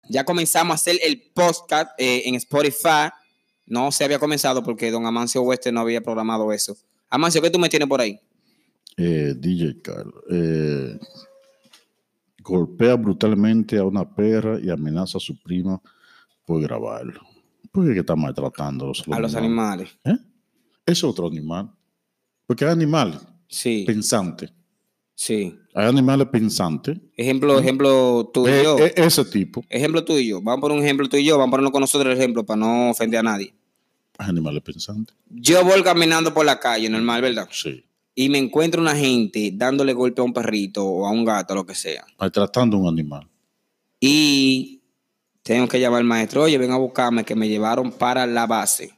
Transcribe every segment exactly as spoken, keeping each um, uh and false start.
Ya comenzamos a hacer el podcast eh, en Spotify. No se había comenzado porque don Amancio Oeste no había programado eso. Amancio, ¿qué tú me tienes por ahí? Eh, D J Carlos. Eh, golpea brutalmente a una perra y amenaza a su prima por grabarlo. ¿Por qué está maltratando a los, a los animales? animales? ¿Eh? Es otro animal. Porque hay animales sí. pensantes. Sí. Hay animales pensantes. Ejemplo, ¿sí? ejemplo tú y eh, yo. Eh, ese tipo. Ejemplo tú y yo. Vamos a poner un ejemplo tú y yo. Vamos a ponerlo con nosotros el ejemplo para no ofender a nadie. Hay animales pensantes. Yo voy caminando por la calle, normal, ¿verdad? Sí. Y me encuentro una gente dándole golpe a un perrito o a un gato, lo que sea. Maltratando a un animal. Y tengo que llamar al maestro. Oye, ven a buscarme que me llevaron para la base.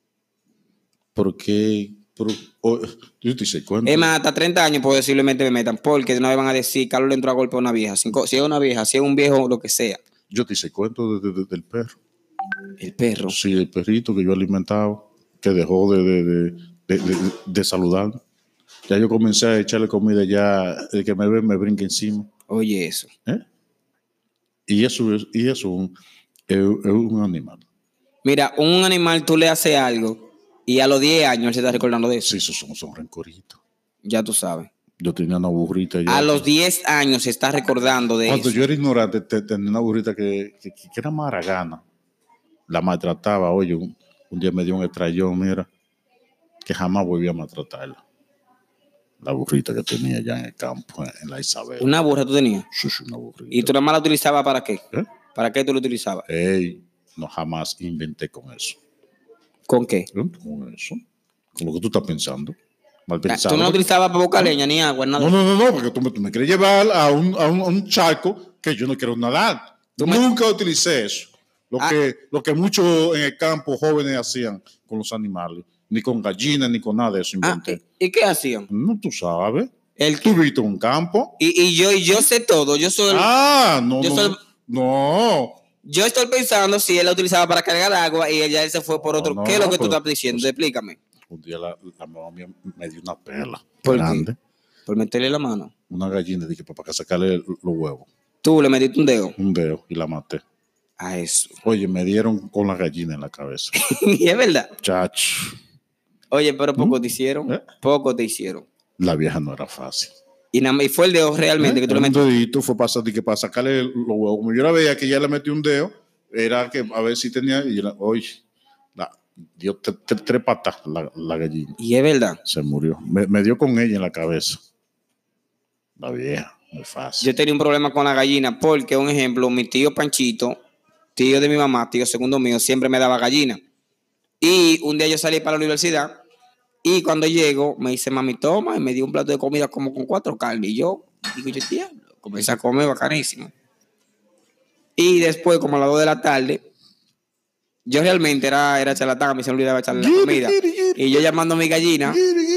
¿Por qué? Por, oh, yo te hice cuenta. Es más, hasta treinta años posiblemente me metan, porque no me van a decir, Carlos le entró a golpe a una vieja. Si es una vieja, si es un viejo, lo que sea. Yo te hice cuento de, de, de, del perro. ¿El perro? Sí, el perrito que yo alimentaba, que dejó de, de, de, de, de, de saludar. Ya yo comencé a echarle comida, ya el que me ve me brinca encima. Oye, eso. ¿Eh? Y eso, es, y eso es, es un animal. Mira, un animal tú le haces algo y a los diez años él se está recordando de eso. Sí, esos son, son rencoritos. Ya tú sabes. Yo tenía una burrita ya. A los diez años se está recordando de Cuando eso. Cuando yo era ignorante, te, tenía una burrita que, que, que era maragana. La maltrataba. Oye, un, un día me dio un estrellón, mira, que jamás volví a maltratarla. La burrita que tenía allá en el campo, en la Isabel. ¿Una burra tú tenías? Sí, sí, una burrita. ¿Y tú nada más la utilizabas para qué? ¿Eh? ¿Para qué tú la utilizabas? Ey, no, jamás inventé con eso. ¿Con qué? Con eso. Con lo que tú estás pensando. Mal pensado. ¿Tú no la utilizabas para buscar leña ni agua, nada? No, no, no, no, porque tú me, tú me quieres llevar a un, a, un, a un charco que yo no quiero nadar. Nunca me... utilicé eso. Lo, ah. que, lo que muchos en el campo jóvenes hacían con los animales. Ni con gallinas, ni con nada de eso inventé. Ah, ¿y qué hacían? No, tú sabes. El... Tú viste un campo. Y, y yo y yo sé todo. Yo soy. Ah, no, yo no. Soy... No. Yo estoy pensando si él la utilizaba para cargar agua y ella se fue por otro. No, ¿Qué es lo que pero, tú estás diciendo? Pues, explícame. Un día la, la mamá mía me dio una perla. ¿Por grande. Qué? ¿Por meterle la mano? Una gallina, dije, para sacarle los huevos. ¿Tú le metiste un dedo? Un dedo y la maté. A eso. Oye, me dieron con la gallina en la cabeza. ¿Y es verdad? Chacho. Oye, pero poco ¿Mm? te hicieron. ¿Eh? Poco te hicieron. La vieja no era fácil. Y, nada, y fue el dedo realmente ¿Eh? que tú le metiste. Un dedito fue para, que para sacarle los huevos. Como yo la veía que ya le metí un dedo, era que a ver si tenía. Y la, oye, la, dio tres, tres, tres patas la, la gallina. ¿Y es verdad? Se murió. Me, me dio con ella en la cabeza. La vieja, muy fácil. Yo tenía un problema con la gallina porque, un ejemplo, mi tío Panchito, tío de mi mamá, tío segundo mío, siempre me daba gallina. Y un día yo salí para la universidad y cuando llego me dice, mami, toma, y me dio un plato de comida como con cuatro carnes. Y yo, digo, yo, diablo, comencé a comer bacanísimo. Y después, como a las dos de la tarde, yo realmente era, era charlatán, a mí se me olvidaba echarle la comida. Y yo llamando a mi gallina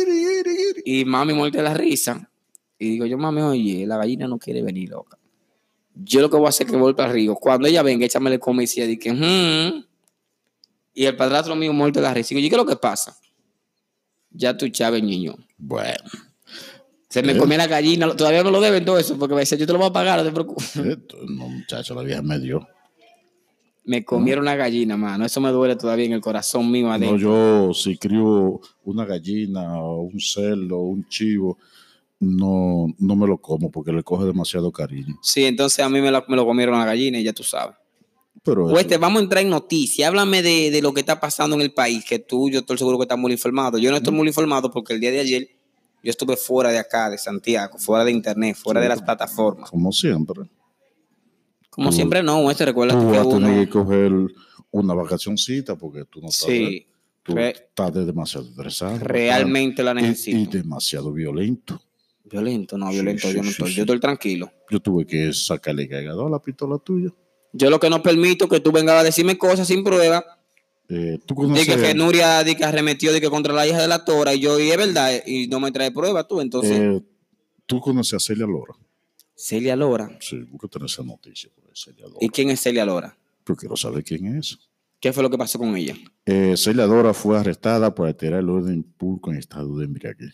y mami muerte de la risa. Y digo yo, mami, oye, la gallina no quiere venir, loca. Yo lo que voy a hacer es que voy para el río. Cuando ella venga, échame el come y decía, dije, hmm. Y el padrastro mío muerto de la risa. Y yo, ¿qué es lo que pasa? Ya tú, Chávez, niño. Bueno. Se me ¿Eh? comió la gallina. Todavía no lo deben todo eso, porque me dice, yo te lo voy a pagar, no te preocupes. ¿Eh? No, muchacho, la vieja me dio. Me comieron ¿No? una gallina, mano. Eso me duele todavía en el corazón mío adentro. No, yo si crío una gallina o un cerdo o un chivo, no, no me lo como porque le coge demasiado cariño. Sí, entonces a mí me lo, me lo comieron la gallina y ya tú sabes. Pero pues te vamos a entrar en noticias. Háblame de, de lo que está pasando en el país, que tú, yo estoy seguro que estás muy informado. Yo no estoy ¿Mm? muy informado porque el día de ayer yo estuve fuera de acá, de Santiago, fuera de internet, fuera sí, de las plataformas. Como siempre. Como tú, siempre no, este recuerda tú que vas uno... a tener que coger una vacacioncita porque tú no estás... Sí. Tú Re... estás demasiado estresado. Realmente la necesito. Y, y demasiado violento. Violento, no, violento, sí, yo no sí, estoy. sí. Yo estoy tranquilo. Yo tuve que sacarle cargador a la pistola tuya. Yo lo que no permito es que tú vengas a decirme cosas sin prueba. Eh, ¿tú conoces? De que, que Nuria de que arremetió de que contra la hija de la Tora y yo, y es verdad, y no me trae prueba tú, entonces. Eh, ¿Tú conoces a Celia Lora? Celia Lora. Sí, búscate esa noticia por ahí, Celia Lora. ¿Y quién es Celia Lora? Yo quiero saber quién es. ¿Qué fue lo que pasó con ella? Eh, Celia Lora fue arrestada por alterar el orden público en el estado de Miraquí.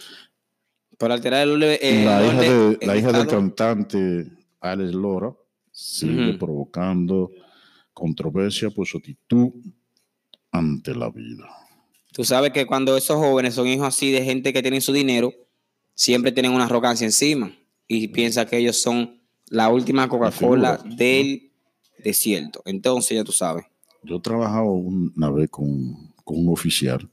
Por alterar el orden. Eh, la el hija, orden, de, la hija del cantante Alex Lora sigue Ujú. provocando controversia por su actitud ante la vida. Tú sabes que cuando esos jóvenes son hijos así de gente que tienen su dinero, siempre tienen una arrogancia encima y piensan que ellos son la última Coca-Cola figura, del desierto. Entonces ya tú sabes. Yo trabajaba una vez con, con un oficial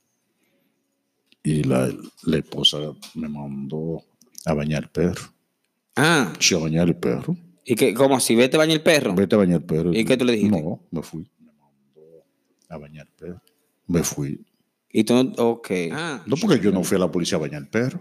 y la, la esposa me mandó a bañar el perro. Ah, Sí, a bañar el perro. ¿y qué? ¿Cómo así? ¿Vete a bañar el perro? Vete a bañar el perro. ¿Y qué tú le dijiste? No, me fui. Me mandó a bañar el perro. Me fui. Y tú no, ok. Ah, No, porque yo no fui a la policía a bañar el perro.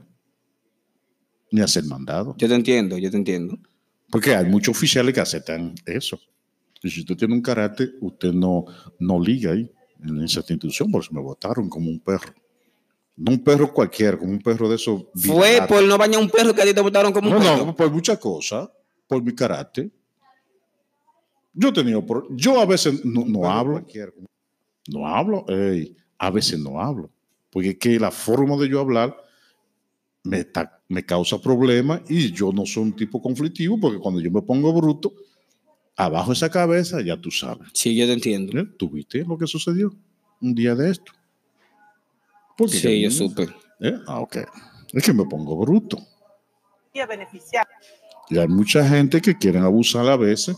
Ni a hacer mandado. yo te entiendo, yo te entiendo. Porque hay muchos oficiales que aceptan eso. Y si usted tiene un carácter, usted no, no liga ahí en esa institución, por eso me votaron como un perro. No un perro cualquiera, como un perro de esos. Fue viralatas. por no bañar un perro que a ti te botaron como No, un perro. no, por muchas cosas, por mi carácter. Yo he tenido, por, yo a veces no, no hablo, no hablo, ey, a veces no hablo, porque es que la forma de yo hablar me, ta, me causa problemas y yo no soy un tipo conflictivo, porque cuando yo me pongo bruto, abajo esa cabeza, ya tú sabes. Sí, yo te entiendo. ¿Eh? ¿Tú viste lo que sucedió un día de esto? ¿Por qué? Sí, yo supe. ¿Eh? Ah, ok. Es que me pongo bruto. Y a beneficiar. Y hay mucha gente que quieren abusar a veces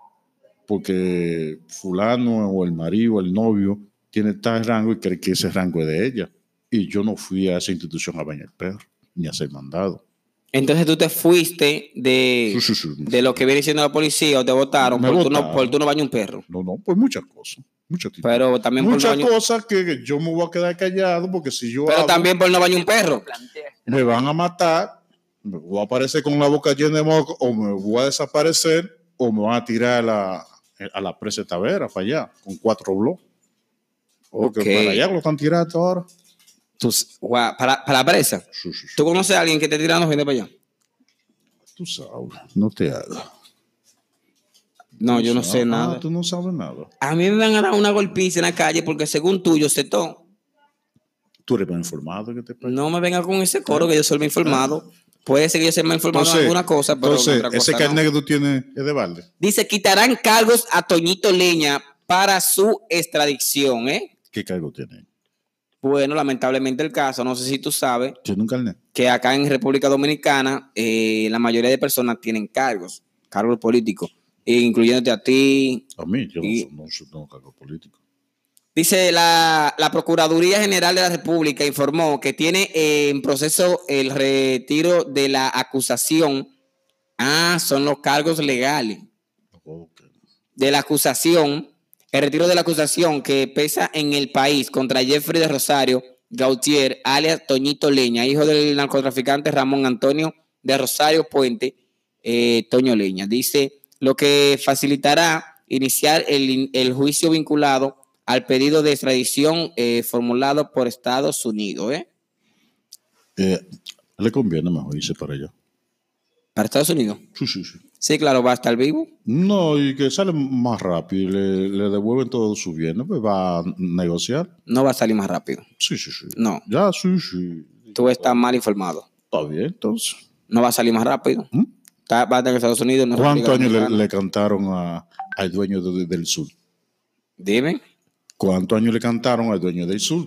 porque fulano o el marido o el novio tiene tal rango y cree que ese rango es de ella. Y yo no fui a esa institución a bañar el perro, ni a hacer mandado. Entonces tú te fuiste de, Sí, sí, sí. de lo que viene siendo la policía o te votaron Me por, tú no, votaron. por tú no bañar un perro. No, no, pues muchas cosas. Muchas, Pero también por no muchas bañar, cosas que yo me voy a quedar callado porque si yo pero hablo, también por no bañar un perro. me van a matar, me voy a aparecer con la boca llena de moco o me voy a desaparecer o me van a tirar a la, a la presa de Tavera para allá con cuatro blogs. Porque Ok. para allá lo están tirando ahora. Tú, guau, para, para la presa. Sí, sí, sí. ¿Tú conoces a alguien que esté tirando gente para allá? Tú sabes, no te hagas. No, Tú yo no sabes. sé nada. Ah, tú no sabes nada. A mí me van a dar una golpiza en la calle porque según tú yo sé todo. Tú eres más informado que te pasa. No me venga con ese coro que yo soy más informado. Puede ser que yo sea más informado Entonces, en alguna cosa, pero entonces en otra cosa ese no. carnet que tú tienes es de balde. Dice, quitarán cargos a Toñito Leña para su extradición, ¿eh? ¿Qué cargo tiene? Bueno, lamentablemente el caso, no sé si tú sabes, ¿Tiene un carnet? que acá en República Dominicana eh, la mayoría de personas tienen cargos, cargos políticos, incluyéndote a ti. A mí, yo Y- no, soy, no tengo cargo político. Dice, la, la Procuraduría General de la República informó que tiene eh, en proceso el retiro de la acusación. Ah, son los cargos legales. Okay. De la acusación, el retiro de la acusación que pesa en el país contra Jeffrey de Rosario Gautier, alias Toñito Leña, hijo del narcotraficante Ramón Antonio de Rosario Puente, eh, Toño Leña. Dice, lo que facilitará iniciar el, el juicio vinculado al pedido de extradición eh, formulado por Estados Unidos. ¿eh? Eh, le conviene mejor irse para allá. ¿Para Estados Unidos? Sí, sí, sí. Sí, claro, va a estar vivo. No, y que sale más rápido y le, le devuelven todo su bien, pues va a negociar. No va a salir más rápido. Sí, sí, sí. No. Ya, sí, sí. Tú estás mal informado. Está bien, entonces. No va a salir más rápido. ¿Mm? Está, va a estar en Estados Unidos. No ¿Cuántos años le, le cantaron a, al dueño de, del sur? Dime. ¿Cuántos años le cantaron al dueño del sur?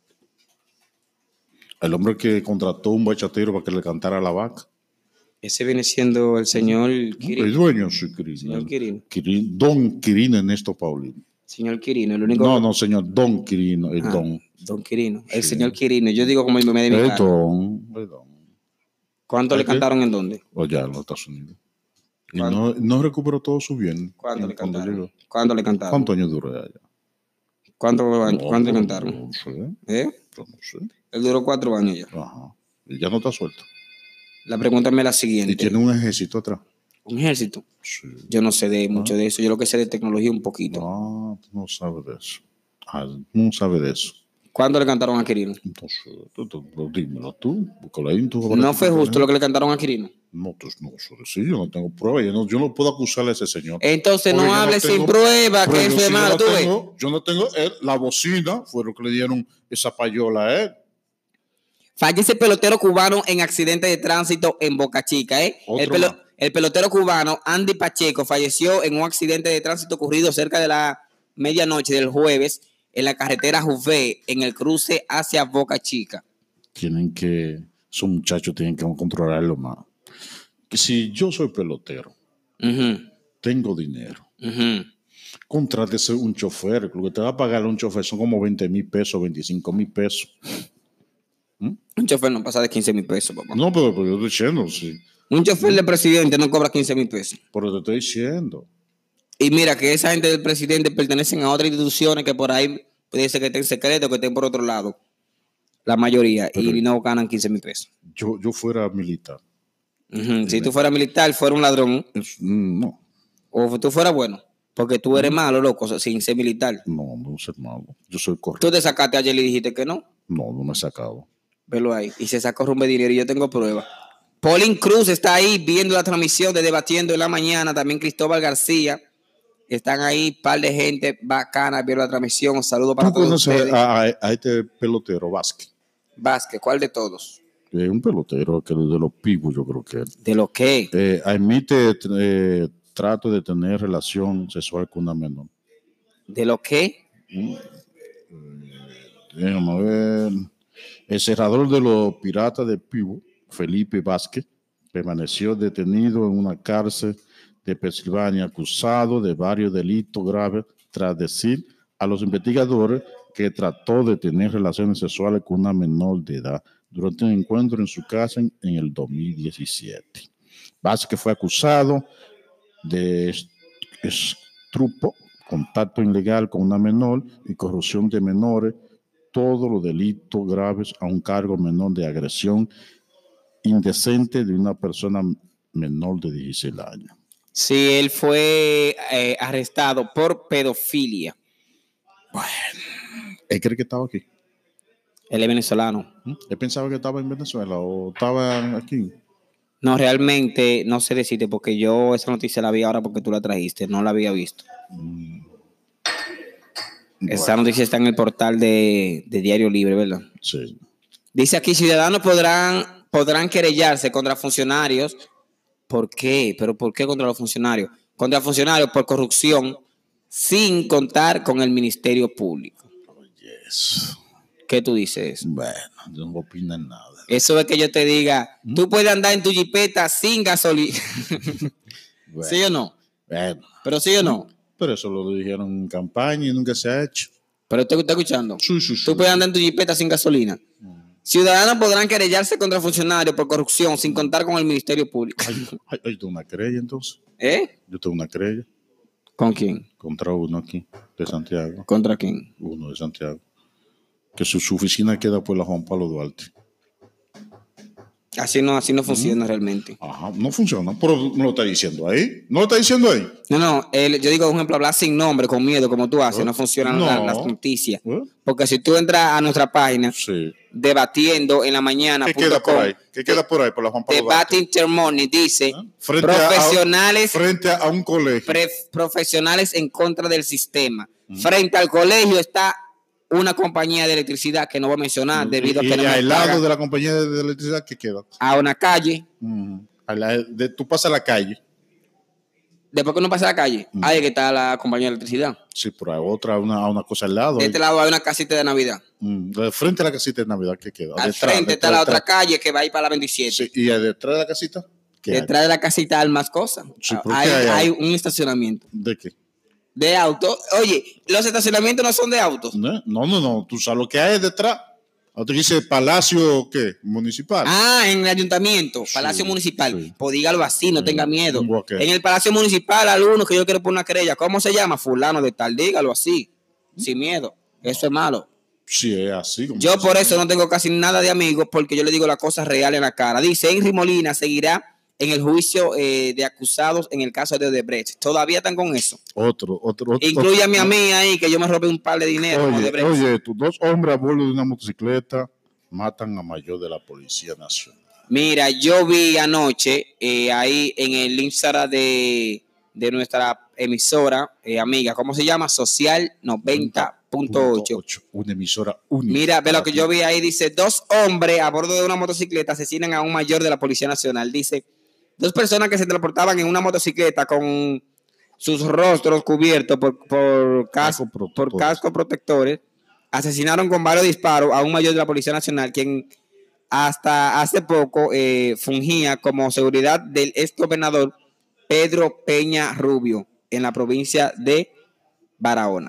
El hombre que contrató un bachatero para que le cantara a la vaca. Ese viene siendo el señor El Quirino. dueño, sí, Quirino. Señor Quirino. Quirino. Don Quirino Ernesto Paulino. Señor Quirino, el único. No, no, señor, Don Quirino, el Ah, Don. Don Quirino. El Sí. señor Quirino. Yo digo como el meme de mi El cara. Don, el Don. ¿Cuánto le ¿El qué? cantaron en dónde? O ya en los Estados Unidos. Y ¿Cuánto? no, no recuperó todo su bien. ¿Cuánto le cuando cantaron? llegó. ¿Cuánto le cantaron? ¿Cuántos años duró allá? ¿Cuánto, No, ¿cuánto le no, cantaron? No sé, ¿Eh? yo no sé. Él duró cuatro años ya. Ajá. Y ya no está suelto. La pregunta es la Y siguiente. tiene un ejército atrás. ¿Un ejército? Sí. Yo no sé de mucho de eso. Yo lo que sé de tecnología un poquito. No, tú no sabes de eso. Ah, no sabes de eso. ¿Cuándo le cantaron a Quirino? Entonces, tú, tú, tú, dímelo tú. Búscalo ahí en tu- No fue justo lo que le cantaron a Quirino. No, tú, no, eso sí, yo no tengo pruebas. Yo no, yo no puedo acusarle a ese señor. Entonces Porque no yo hables tengo sin prueba, que pruebas. eso Sí, es yo malo. no ¿Tú ves? tengo- Yo no tengo él, la bocina, fue lo que le dieron esa payola a él. Fallece pelotero cubano en accidente de tránsito en Boca Chica, ¿eh? Otro El, pelo- más. El pelotero cubano Andy Pacheco falleció en un accidente de tránsito ocurrido cerca de la medianoche del jueves en la carretera Juvé, en el cruce hacia Boca Chica. Tienen que, esos muchachos tienen que controlarlo más. Que si yo soy pelotero, Uh-huh. tengo dinero, Uh-huh. contrátese un chofer. Lo que te va a pagar un chofer son como veinte mil pesos, veinticinco mil pesos. Un chofer no pasa de quince mil pesos, papá. No, pero, pero yo estoy diciendo, sí. Un chofer del presidente no cobra quince mil pesos. Pero te estoy diciendo. Y mira que esa gente del presidente pertenecen a otras instituciones que por ahí puede ser que estén secretos, que estén por otro lado. La mayoría. Pero y no ganan quince mil pesos. Yo, yo fuera militar. Uh-huh. Si tú fueras militar, fuera un ladrón. Es- no, O tú fueras bueno. Porque tú eres malo, loco, sin ser militar. no, no soy malo. Yo soy correcto. Tú te sacaste ayer y dijiste que no. No, no me he sacado. Velo ahí. Y se sacó rumbo de dinero y yo tengo pruebas. Pauline Cruz está ahí viendo la transmisión de Debatiendo en la mañana. También Cristóbal García. Están ahí, par de gente bacana viendo la transmisión. Un saludo para ¿Tú todos conoces ustedes. a, a- a este pelotero Vázquez? Vázquez, ¿cuál de todos? Es un pelotero que de los pibos, yo creo que es. ¿De lo que? Eh, admite eh, trato de tener relación sexual con una menor. ¿De lo que? Déjame ver. El cerrador de los Piratas de Pivo, Felipe Vázquez, permaneció detenido en una cárcel de Pensilvania acusado de varios delitos graves tras decir a los investigadores que trató de tener relaciones sexuales con una menor de edad durante un encuentro en su casa en, en el dos mil diecisiete. Vázquez fue acusado de estrupo, contacto ilegal con una menor y corrupción de menores, todos los delitos graves a un cargo menor de agresión indecente de una persona menor de dieciséis años. Sí, él fue eh, arrestado por pedofilia. Él cree que estaba aquí. Él es venezolano. ¿Mm? Él pensaba que estaba en Venezuela o estaba aquí. No, realmente no sé decirte porque yo esa noticia la vi ahora porque tú la trajiste, no la había visto. Mm. Esa Bueno, noticia está en el portal de, de Diario Libre, ¿verdad? sí. Dice aquí, ciudadanos podrán, podrán querellarse contra funcionarios. ¿Por qué? ¿Pero por qué contra los funcionarios? Contra funcionarios por corrupción sin contar con el Ministerio Público. Yes. ¿Qué tú dices? Bueno, yo no opino en nada. Eso es que yo te diga, tú puedes andar en tu jipeta sin gasolina. Bueno, ¿Sí o no? bueno, Pero sí o no. pero eso lo dijeron en campaña y nunca se ha hecho. Pero te está escuchando. Sí, sí, sí. Tú puedes andar en tu jipeta sin gasolina. Ciudadanos podrán querellarse contra funcionarios por corrupción sin contar con el Ministerio Público. Ay, ay, ay, yo tengo una querella entonces. ¿Eh? Yo tengo una querella ¿Con quién? contra uno aquí, de Santiago. ¿Contra quién? Uno de Santiago. Que su, su oficina queda por la Juan Pablo Duarte. Así no, así no funciona realmente. Ajá, no funciona. Pero no lo está diciendo ahí. No lo está diciendo ahí. No, no, el- yo digo, por ejemplo, hablar sin nombre, con miedo, como tú haces, ¿Eh? no funcionan No. la- las noticias. ¿Eh? Porque si tú entras a nuestra página, Sí. debatiendo en la mañana, ¿Qué queda por ahí? ¿Qué queda por ahí? Por la Juan Pablo Duarte. Debate Intermoney dice, ¿Eh? Frente a- profesionales, Frente a un colegio. pre- profesionales en contra del sistema. Frente al colegio está una compañía de electricidad que no voy a mencionar debido a y que no me al lado pagan, de la compañía de, de electricidad, ¿qué queda? a una calle. Mm. A la- de- tú pasas a la calle. Después que uno pasa a la calle, ahí es que está la compañía de electricidad. Sí, por ahí otra, una, una cosa al lado. De ahí. este lado hay una casita de Navidad. Mm, de frente a la casita de Navidad, ¿qué queda? Al Detrás, frente está detrás, la detrás. otra calle que va a ir para la veintisiete. Sí, y detrás de la casita, ¿qué hay? Detrás de la casita hay más cosas. Sí, ¿por qué hay, hay hay algo? un estacionamiento ¿De qué? de autos. Oye, los estacionamientos no son de autos. No, no, no, no. Tú sabes lo que hay detrás. Ahora te dice Palacio, ¿qué? Municipal. Ah, en el ayuntamiento, Sí, Palacio Municipal. sí. Pues dígalo así, no Sí, tenga miedo. un guaquero. En el Palacio Municipal, alguno que yo quiero poner una querella. ¿Cómo se llama? Fulano de tal. Dígalo así, sin miedo. Eso es malo. Sí, es así. como Yo se por dice. eso no tengo casi nada de amigos porque yo le digo las cosas reales en la cara. Dice, Henry Molina seguirá en el juicio eh, de acusados en el caso de Odebrecht. Todavía están con eso. Otro, otro, otro. Incluyame a mí ahí, que yo me robé un par de dinero. con Oye, Odebrecht. oye, tus dos hombres a bordo de una motocicleta matan a mayor de la Policía Nacional. Mira, yo vi anoche eh, ahí en el Instagram de, de nuestra emisora, eh, amiga, ¿cómo se llama? Social noventa punto ocho. Una emisora única. Mira, ve lo que para yo ti. vi ahí, dice, dos hombres a bordo de una motocicleta asesinan a un mayor de la Policía Nacional. Dice, dos personas que se transportaban en una motocicleta con sus rostros cubiertos por, por, cas Casco por protectores. cascos protectores, asesinaron con varios disparos a un mayor de la Policía Nacional, quien hasta hace poco eh, fungía como seguridad del ex gobernador Pedro Peña Rubio en la provincia de Barahona.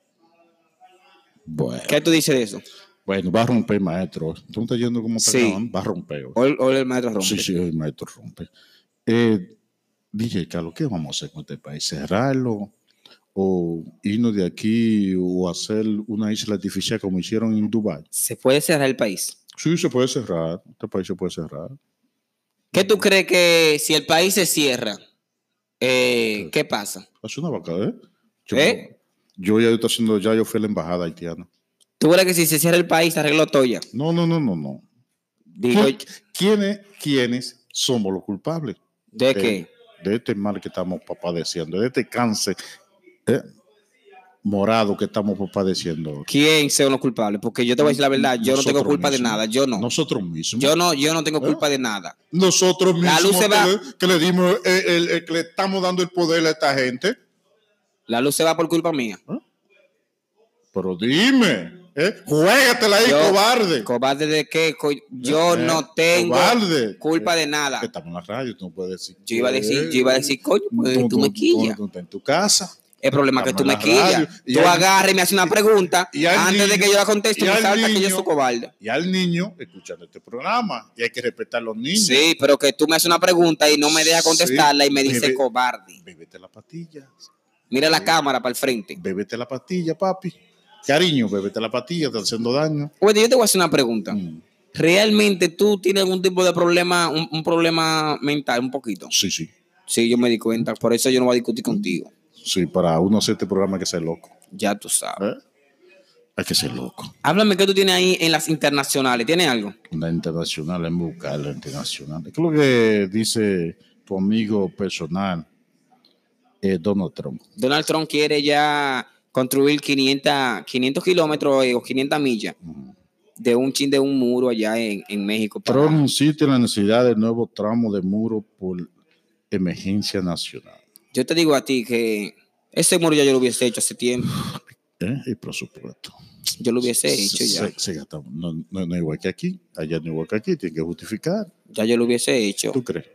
Bueno, ¿Qué tú dices de eso? bueno, va a romper, maestro. Tú no estás yendo como está Sí. grabando, va a romper. hoy. Hoy, hoy el maestro rompe. Sí, sí, el maestro rompe. Eh, D J Carlos, ¿qué vamos a hacer con este país? ¿Cerrarlo? ¿O irnos de aquí o hacer una isla artificial como hicieron en Dubái? ¿Se puede cerrar el país? Sí, se puede cerrar. Este país se puede cerrar. ¿Qué tú crees que si el país se cierra, eh, qué pasa? Es una vaca, ¿eh? Yo, ¿Eh? yo ya estoy haciendo, ya yo fui a la embajada haitiana. ¿Tú crees que si se cierra el país se arregló todo ya? No, no, no, no, no. Digo, ¿Qui- ¿Quiénes, ¿Quiénes somos los culpables? ¿de Eh, qué? De este mal que estamos padeciendo, de este cáncer eh, morado que estamos padeciendo. ¿Quién son los culpables? Porque yo te voy a decir la verdad, yo no tengo Nosotros culpa de mismos. nada, yo no. Nosotros mismos. Yo no, yo no tengo ¿Eh? culpa de nada. Nosotros La mismos luz se que, va. le, que le dimos, el, el- el que le estamos dando el poder a esta gente. La luz se va por culpa mía. Pero dime, ¿eh? Juégatela ahí, Yo- cobarde. ¿Cobarde de qué? Co- Yo Eh, no tengo cobarde. culpa Eh, de nada. Estamos en la radio, tú no puedes decir. Yo iba a decir, eh, yo iba a decir, coño, pues, tú me quillas. Tú, tú estás en tu casa. El problema es que tú Estamos me en la quillas. radio. Y Tú al- agarras y me haces una pregunta y al antes de niño- que yo la conteste y y me al salta que yo niño- soy cobarde. Y al niño escuchando este programa. Y hay que respetar a los niños. Sí, pero que tú me haces una pregunta y no me dejas Sí. contestarla y me dice Bebe- cobarde. Bébete la pastilla. Mira la Sí. cámara para el frente. Bébete la pastilla, papi. Cariño, bébete la pastilla, está haciendo daño. Oye, yo te voy a hacer una pregunta. Mm. ¿Realmente tú tienes algún tipo de problema, un, un problema mental, un poquito? Sí, sí. Sí, yo me di cuenta. Por eso yo no voy a discutir contigo. Sí, para uno hacer este programa hay que ser loco. Ya tú sabes. ¿Eh? Hay que ser loco. Háblame qué tú tienes ahí en las internacionales. ¿Tienes algo? La internacional, es buscar la internacional. ¿Qué es lo que dice tu amigo personal, eh, Donald Trump? Donald Trump quiere ya construir quinientos, quinientos kilómetros eh, o quinientas millas Ujú. de un chin de un muro allá en, en México. para- Trump insiste en la necesidad de nuevo tramo de muro por emergencia nacional. Yo te digo a ti que ese muro ya yo lo hubiese hecho hace tiempo. ¿Eh? Y por supuesto. Yo lo hubiese hecho ya. Se- se gasta- no, no, no es igual que aquí. Allá no es igual que aquí. Tiene que justificar. Ya yo lo hubiese hecho. ¿Tú crees?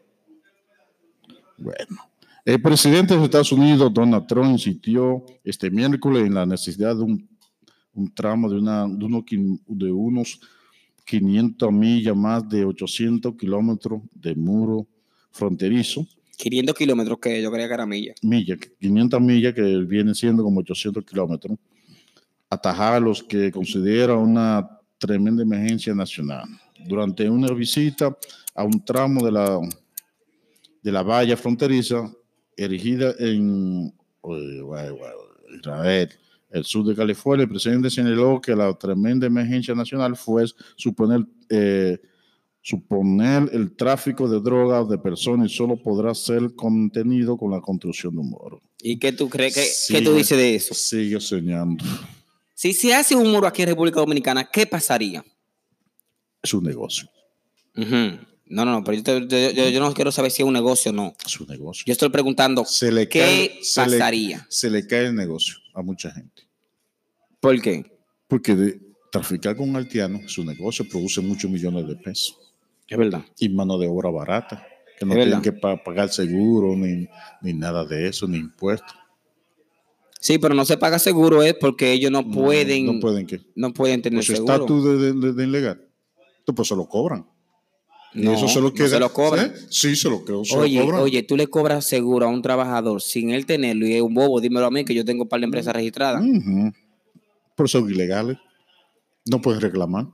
Bueno. El presidente de los Estados Unidos, Donald Trump, insistió este miércoles en la necesidad de un, un tramo de, una, de, unos, quin- de unos quinientas millas, más de ochocientos kilómetros de muro fronterizo. quinientos kilómetros que yo creía que era milla. Millas, quinientas millas, que vienen siendo como ochocientos kilómetros. Atajar los que considera una tremenda emergencia nacional. Durante una visita a un tramo de la, de la valla fronteriza erigida en eh, Israel, el sur de California, el presidente señaló que la tremenda emergencia nacional fue suponer, eh, suponer el tráfico de drogas de personas y solo podrá ser contenido con la construcción de un muro. ¿Y qué tú crees? ¿Qué, Sigue- ¿qué tú dices de eso? Sigue soñando. Si se hace un muro aquí en República Dominicana, ¿qué pasaría? Es un negocio. Ujú. No, no, no, pero yo, te- yo- yo- yo no quiero saber si es un negocio o no. Es un negocio. Yo estoy preguntando, Se le ¿qué cae, se le- pasaría? se le cae el negocio a mucha gente. ¿Por qué? Porque de traficar con haitianos es un negocio, produce muchos millones de pesos. Es verdad. Y mano de obra barata, que no Es tienen verdad. que pa- pagar seguro, ni, ni nada de eso, ni impuestos. Sí, pero no se paga seguro es porque ellos no pueden, No, no no pueden qué. pueden tener Pues seguro. estatus de, de, de- de ilegal. Entonces, pues se lo cobran. Y No, eso se lo no queda. se lo cobran. ¿Eh? Sí, se lo, quedó, se Oye, lo cobran. oye, tú le cobras seguro a un trabajador sin él tenerlo y es un bobo, dímelo a mí que yo tengo un par de empresas registradas. Ujú. Pero son ilegales. No puedes reclamar.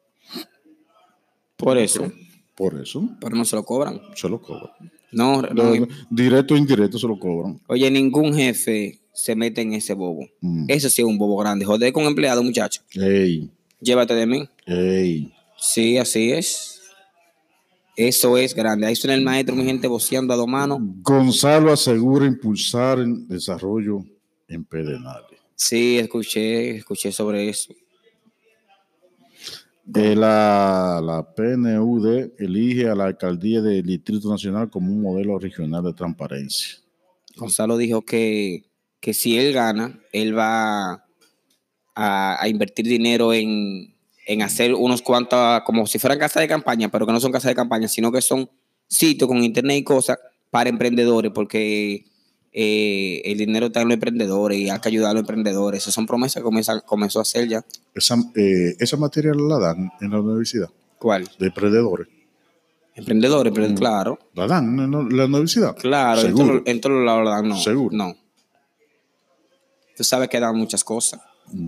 Por eso, Por eso pero no se lo cobran. se lo cobran. No, no, No, no, directo o indirecto se lo cobran. Oye, ningún jefe se mete en ese bobo. Mm. Eso sí es un bobo grande. Joder con empleado, muchacho. Ey, Llévate de mí. ey. Sí, así es. Eso es grande. Ahí suena el maestro, mi gente, voceando a dos manos. Gonzalo asegura impulsar el desarrollo en Pedernales. Sí, escuché, escuché sobre eso. Eh, la, la P N U D elige a la alcaldía del Distrito Nacional como un modelo regional de transparencia. Gonzalo dijo que, que si él gana, él va a, a invertir dinero en, en hacer unos cuantos, como si fueran casas de campaña, pero que no son casas de campaña, sino que son sitios con internet y cosas para emprendedores, porque eh, el dinero está en los emprendedores y hay que ayudar a los emprendedores. Esas son promesas que comienza, comenzó a hacer ya. Esa, eh, esa materia la dan en la universidad. ¿Cuál? De emprendedores. Emprendedores, pero Mm. claro. ¿La dan en la- la universidad? Claro, en Seguro. todos en todos lados la dan, no. Seguro. No. Tú sabes que dan muchas cosas.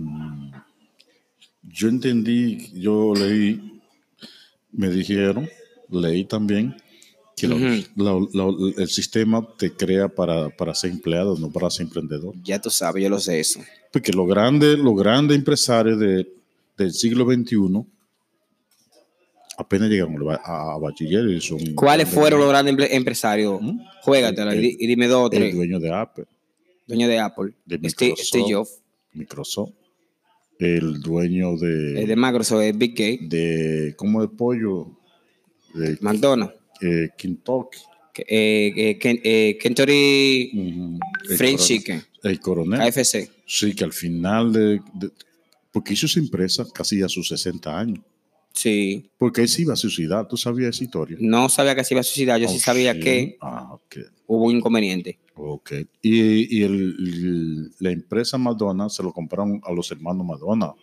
Yo entendí, yo leí, me dijeron, leí también, que la- Ujú. la- la- el sistema te crea para, para ser empleado, no para ser emprendedor. Ya tú sabes, yo lo sé eso. Porque los grandes, los grandes empresarios de, del siglo veintiuno apenas llegaron a, a bachiller y son... ¿Cuáles fueron los grandes emple- empresarios? ¿Mm? Juégatela El- y, di- y dime dos o El tres. dueño de Apple, Dueño de Apple. de Steve, Microsoft, Steve Jobs. Microsoft, el dueño de, El de Microsoft es Big Gay. de ¿cómo de pollo? De McDonald's. eh, Kentucky. que- eh, eh, Ken- eh, Kentucky Ujú. El Fried coronel- Chicken. El coronel. K F C. Sí, que al final de, de- porque hizo esa empresa casi a sus sesenta años. Sí. Porque él se iba a suicidar. ¿Tú sabías esa historia? No sabía que se iba a suicidar. Yo sí Oh, sabía sí. que Ah, ok. hubo un inconveniente. Ok. Y, y el- el- la empresa McDonald's se lo compraron a los hermanos McDonald's.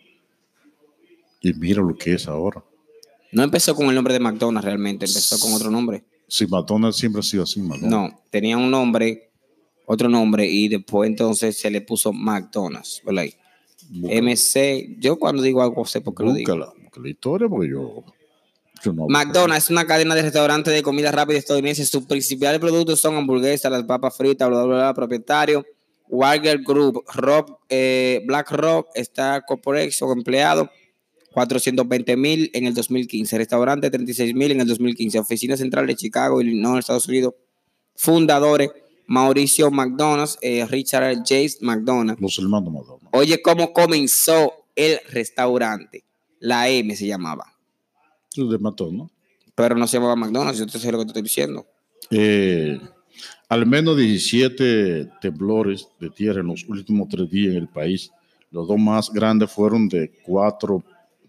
Y mira lo que es ahora. No empezó con el nombre de McDonald's realmente. Empezó con otro nombre. Si McDonald's siempre ha sido así, McDonald's. No, tenía un nombre, otro nombre, y después entonces se le puso McDonald's. ¿Verdad? Búscala. M C. Yo cuando digo algo sé por qué lo digo. Búscala. Búscala la historia porque yo, yo no hablo. McDonald's es una cadena de restaurantes de comida rápida estadounidense. Sus principales productos son hamburguesas, las papas fritas, bla, bla, bla. Propietario, Wagner Group, Rock, eh, BlackRock, Star Corporation, empleado, cuatrocientos veinte mil en el dos mil quince. Restaurante, treinta y seis mil en el dos mil quince. Oficina central de Chicago, Illinois, Estados Unidos. Fundadores, Mauricio McDonald's, eh, Richard James McDonald. Los hermanos McDonald's. Oye, cómo comenzó el restaurante. La M se llamaba. Eso es de McDonald's. Pero no se llamaba McDonald's, yo te sé lo que te estoy diciendo. Eh, al menos diecisiete temblores de tierra en los últimos tres días en el país. Los dos más grandes fueron de cuatro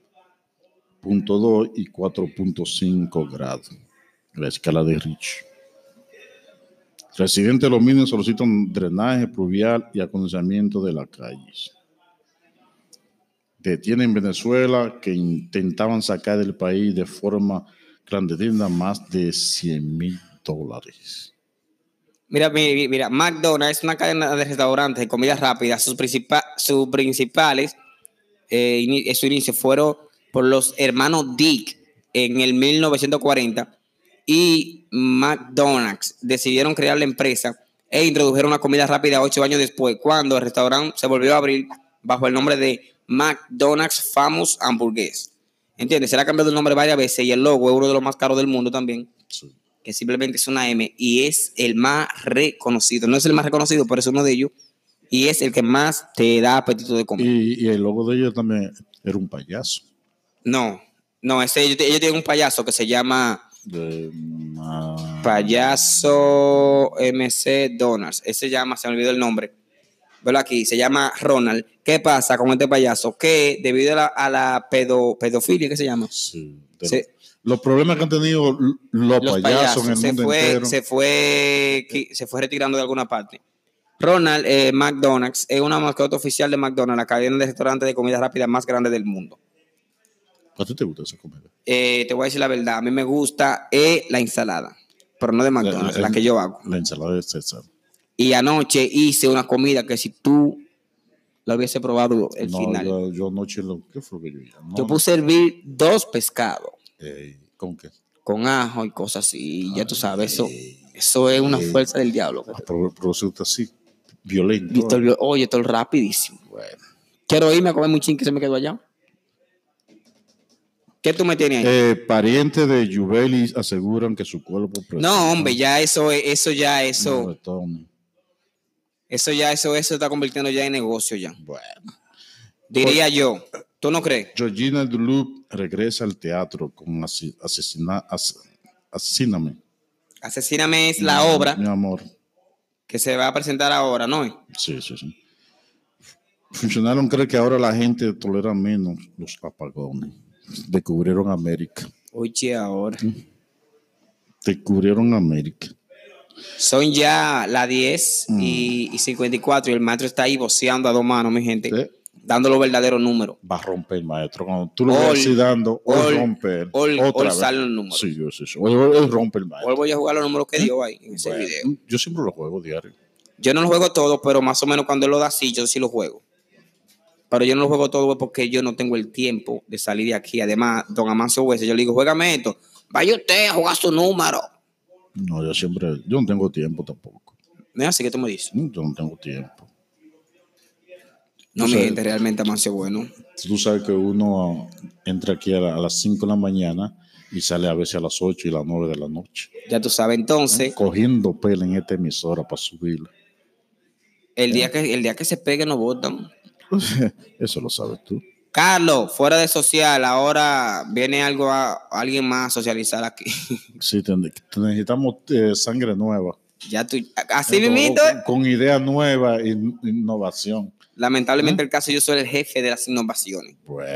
punto dos y cuatro punto cinco grados. La escala de Rich. Residentes de los mismos solicitan drenaje pluvial y acondicionamiento de las calles. Detienen en Venezuela que intentaban sacar del país de forma clandestina más de cien mil dólares. Mira, mira, mira, McDonald's es una cadena de restaurantes de comida rápida. Sus, principal, sus principales, eh, in, su inicio fueron por los hermanos Dick en el mil novecientos cuarenta y McDonald's decidieron crear la empresa e introdujeron la comida rápida ocho años después, cuando el restaurante se volvió a abrir bajo el nombre de McDonald's Famous Hamburgues. ¿Entiendes? Se le ha cambiado el nombre varias veces y el logo es uno de los más caros del mundo también. Sí. Que simplemente es una M y es el más reconocido. No es el más reconocido, pero es uno de ellos. Y es el que más te da apetito de comer. Y, y el logo de ellos también era un payaso. No, no, ese, ellos, ellos tienen un payaso que se llama De, uh, Payaso M C Donalds. Ese se llama, se me olvidó el nombre. Velo aquí, se llama Ronald. ¿Qué pasa con este payaso? Que debido a la, a la pedo, pedofilia, ¿qué se llama? sí, de Se, los problemas que han tenido los, los payasos, payasos, en el se mundo fue, entero. se fue, se fue retirando de alguna parte. Ronald eh, McDonald's es una mascota oficial de McDonald's, la cadena de restaurantes de comida rápida más grande del mundo. ¿A ti te gusta esa comida? Eh, te voy a decir la verdad, a mí me gusta eh, la ensalada, pero no de McDonald's, la, la, la que yo hago. La ensalada de César. Y anoche hice una comida que si tú la hubiese probado el no, final. Yo, yo anoche, lo, ¿qué fue lo que yo ya? No, yo puse a hervir dos pescados. Eh, ¿Con qué? Con ajo y cosas así. Y ya Ay, tú sabes, eso, eh, eso es una eh, fuerza del diablo. Ah, pero, pero usted está así, violento. Víctor, oye, esto es rapidísimo. Bueno. Quiero irme a comer muy chin que se me quedó allá. ¿Qué tú me tienes ahí? Eh, parientes de Yubelis aseguran que su cuerpo... No, hombre, ya eso, eso ya, eso... No, eso ya, eso, eso está convirtiendo ya en negocio ya. bueno. Diría yo. ¿Tú no crees? Georgina Duluth regresa al teatro con asi- asesina, as- Asesíname. Asesíname es la Mi- obra Mi amor. que se va a presentar ahora, ¿no? Sí, sí, sí. Funcionaron, creo que ahora la gente tolera menos los apagones. Descubrieron América. Oye, ahora. Descubrieron América. Son ya las diez Mm. y, y cincuenta y cuatro y el maestro está ahí voceando a dos manos, mi gente, ¿Sí? dando los verdaderos números. Va a romper el maestro. Cuando tú lo Hoy- ves así dando, hoy, hoy- rompe él. hoy- Otra hoy vez. salen los números. Sí, yo sí, sí. Hoy, hoy- hoy rompe el maestro. Hoy voy a jugar los números que dio ahí en ese Bueno, video. yo siempre lo juego diario. Yo no lo juego todo, pero más o menos cuando él lo da así, yo sí lo juego. Pero yo no lo juego todo porque yo no tengo el tiempo de salir de aquí. Además, don Amancio Hueso, yo le digo, juégame esto. Vaya usted a jugar su número. No, yo siempre, yo no tengo tiempo tampoco. No es así que tú me dices. Yo no tengo tiempo. No, Tú mi sabes- gente, realmente Amancio bueno. Tú sabes que uno entra aquí a, la- a las cinco de la mañana y sale a veces a las ocho y las nueve de la noche. Ya tú sabes, entonces, Cogiendo pela en esta emisora para subirla. el día que, el día que se pegue nos votan. Eso lo sabes tú. Carlos, fuera de social, ahora viene algo a, alguien más a socializar aquí. Sí, te- te necesitamos eh, sangre nueva. Ya tú, así con, mismito, ¿eh? con ideas nuevas e in- innovación. Lamentablemente el caso, yo soy el jefe de las innovaciones. Bueno,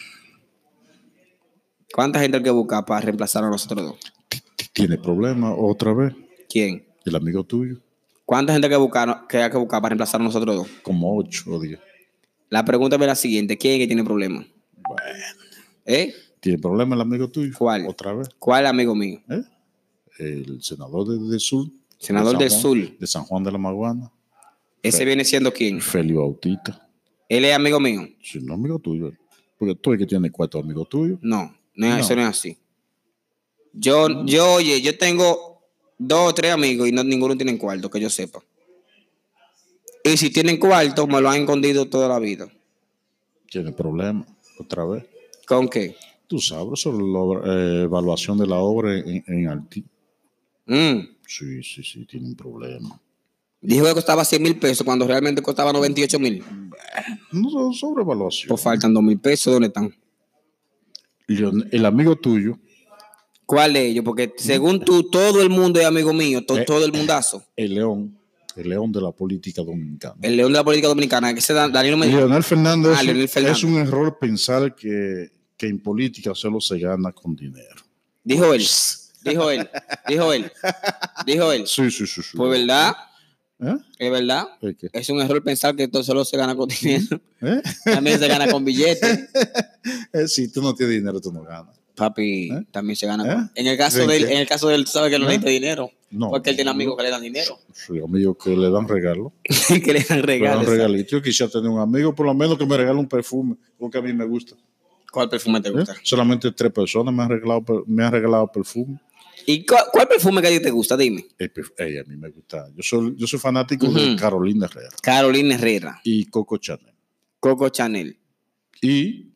¿Cuánta gente hay que buscar para reemplazar a nosotros dos? tiene problemas otra vez. ¿Quién? El amigo tuyo, ¿Cuánta gente hay que buscar, que hay que buscar para reemplazar a nosotros dos? como ocho o diez. La pregunta es la siguiente: ¿quién es que tiene problemas? Bueno, ¿Eh? ¿tiene problemas el amigo tuyo? ¿Cuál? Otra vez. ¿Cuál amigo mío? ¿Eh? El senador de, de Sur. Senador de del San Sur. Juan- De San Juan de la Maguana. ¿Ese viene siendo quién? Felio Bautista. ¿Él es amigo mío? Si no amigo tuyo. Porque tú es que tienes cuatro amigos tuyos. No, no, es- No. eso no es así. Yo, yo, oye, yo tengo dos o tres amigos y no, ninguno tiene cuarto, que yo sepa. Y si tienen cuarto, me lo han escondido toda la vida. Tiene problemas. Otra vez. ¿Con qué? Tú sabes sobre la obra- eh, evaluación de la obra en, en Haití. Mm. Sí, sí, sí, tiene un problema. Dijo que costaba cien mil pesos cuando realmente costaba noventa y ocho mil. No, sobre evaluación. Pues faltan dos mil pesos, ¿dónde están? Leon- el amigo tuyo, ¿Cuál de ellos? Porque según tú, todo el mundo es amigo mío, to- Eh. todo el mundazo. el león, el león de la política dominicana. El león de la política dominicana, que ese Dan- Danilo me dijo. Leonel Fernández, Ah, Leonel Fernández. es un error pensar que, que en política solo se gana con dinero. Dijo él, dijo él, dijo él, dijo él. Sí, sí, sí. sí. Pues verdad, ¿Eh? es verdad. ¿Es qué? Es un error pensar que esto solo se gana con dinero. ¿Eh? También se gana con billetes. Eh, si tú no tienes dinero, tú no ganas. Papi, ¿Eh? también se gana. ¿Eh? con- En el caso ¿De de él, qué? en el caso de él, tú sabes que no ¿Eh? necesita dinero. No. Porque él tiene amigos que le dan dinero. Sí, amigos que le dan regalo. que le dan Le dan regalos. regalito. Yo quisiera tener un amigo, por lo menos que me regale un perfume, porque a mí me gusta. ¿Cuál perfume te ¿Eh? gusta? Solamente tres personas me han regalado, per- me han regalado perfume. ¿Y cuál, cuál perfume que a ti te gusta? Dime. Eh, perf- ey, a mí me gusta. Yo soy, yo soy fanático Ujú. de Carolina Herrera Carolina Herrera, y Coco Chanel Coco Chanel. y,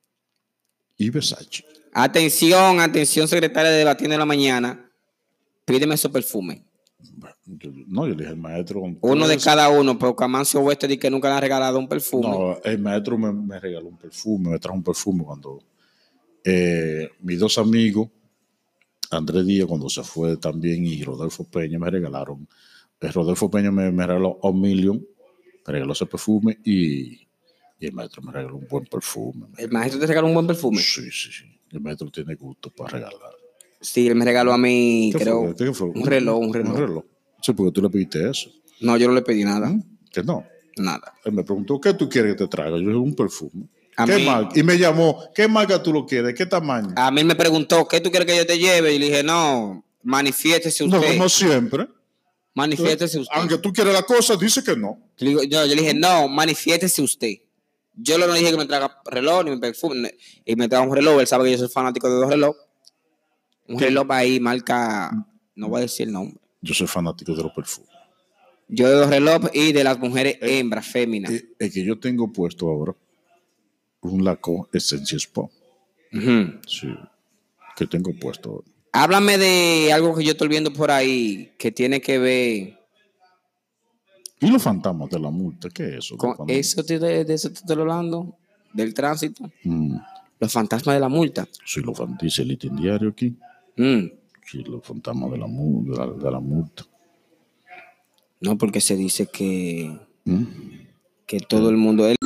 y Versace. Atención, atención, secretaria de Debatiendo en la Mañana. Pídeme esos perfumes. Bueno, yo- no, yo le dije al maestro. con Uno todo de eso. cada uno, porque Amancio Oeste dice que nunca le han regalado un perfume. No, el maestro me, me regaló un perfume, me trajo un perfume cuando eh, mis dos amigos, Andrés Díaz, cuando se fue también, y Rodolfo Peña me regalaron. Eh, Rodolfo Peña me, me regaló un millón, me regaló ese perfume y, y el maestro me regaló un buen perfume. El maestro te regaló un buen perfume. Sí, sí, sí. El maestro tiene gusto para regalar. Sí, él me regaló a mí, ¿Qué creo, fue? ¿Qué fue? un reloj, un reloj. Un reloj. Sí, porque tú le pediste eso. No, yo no le pedí nada, ¿Mm? Que no. nada. Él me preguntó, ¿qué tú quieres que te traiga? Yo dije, un perfume. A ¿Qué mí- marca? Y me llamó, ¿qué marca tú lo quieres? ¿Qué tamaño? A mí me preguntó, ¿qué tú quieres que yo te lleve? Y le dije, no, manifiéstese No, usted. no siempre. Manifiéstese usted. Aunque tú quieres la cosa, dice que no. Yo, digo- yo- yo le dije, no, manifiéstese usted. Yo no le dije que me traiga reloj ni me perfume. Y me traga un reloj. Él sabe que yo soy fanático de dos relojes. Un reloj ahí, marca, no voy a decir el nombre. Yo soy fanático de los perfumes. Yo de dos relojes y de las mujeres Eh, hembras, féminas. Eh, El que yo tengo puesto ahora, un Lacoste Essential Spa. Ujú. Sí, que tengo puesto ahora. Háblame de algo que yo estoy viendo por ahí que tiene que ver ¿Y los fantasmas de la multa? ¿Qué es eso? con Cuando- eso. te- De, de eso te estoy hablando. del tránsito, Mm. los fantasmas de la multa. Sí, lo fan- dice el listín diario aquí. Mm. Sí, los fantasmas de la, mu- de la, de la multa. No, porque se dice que, Mm. que todo el mundo...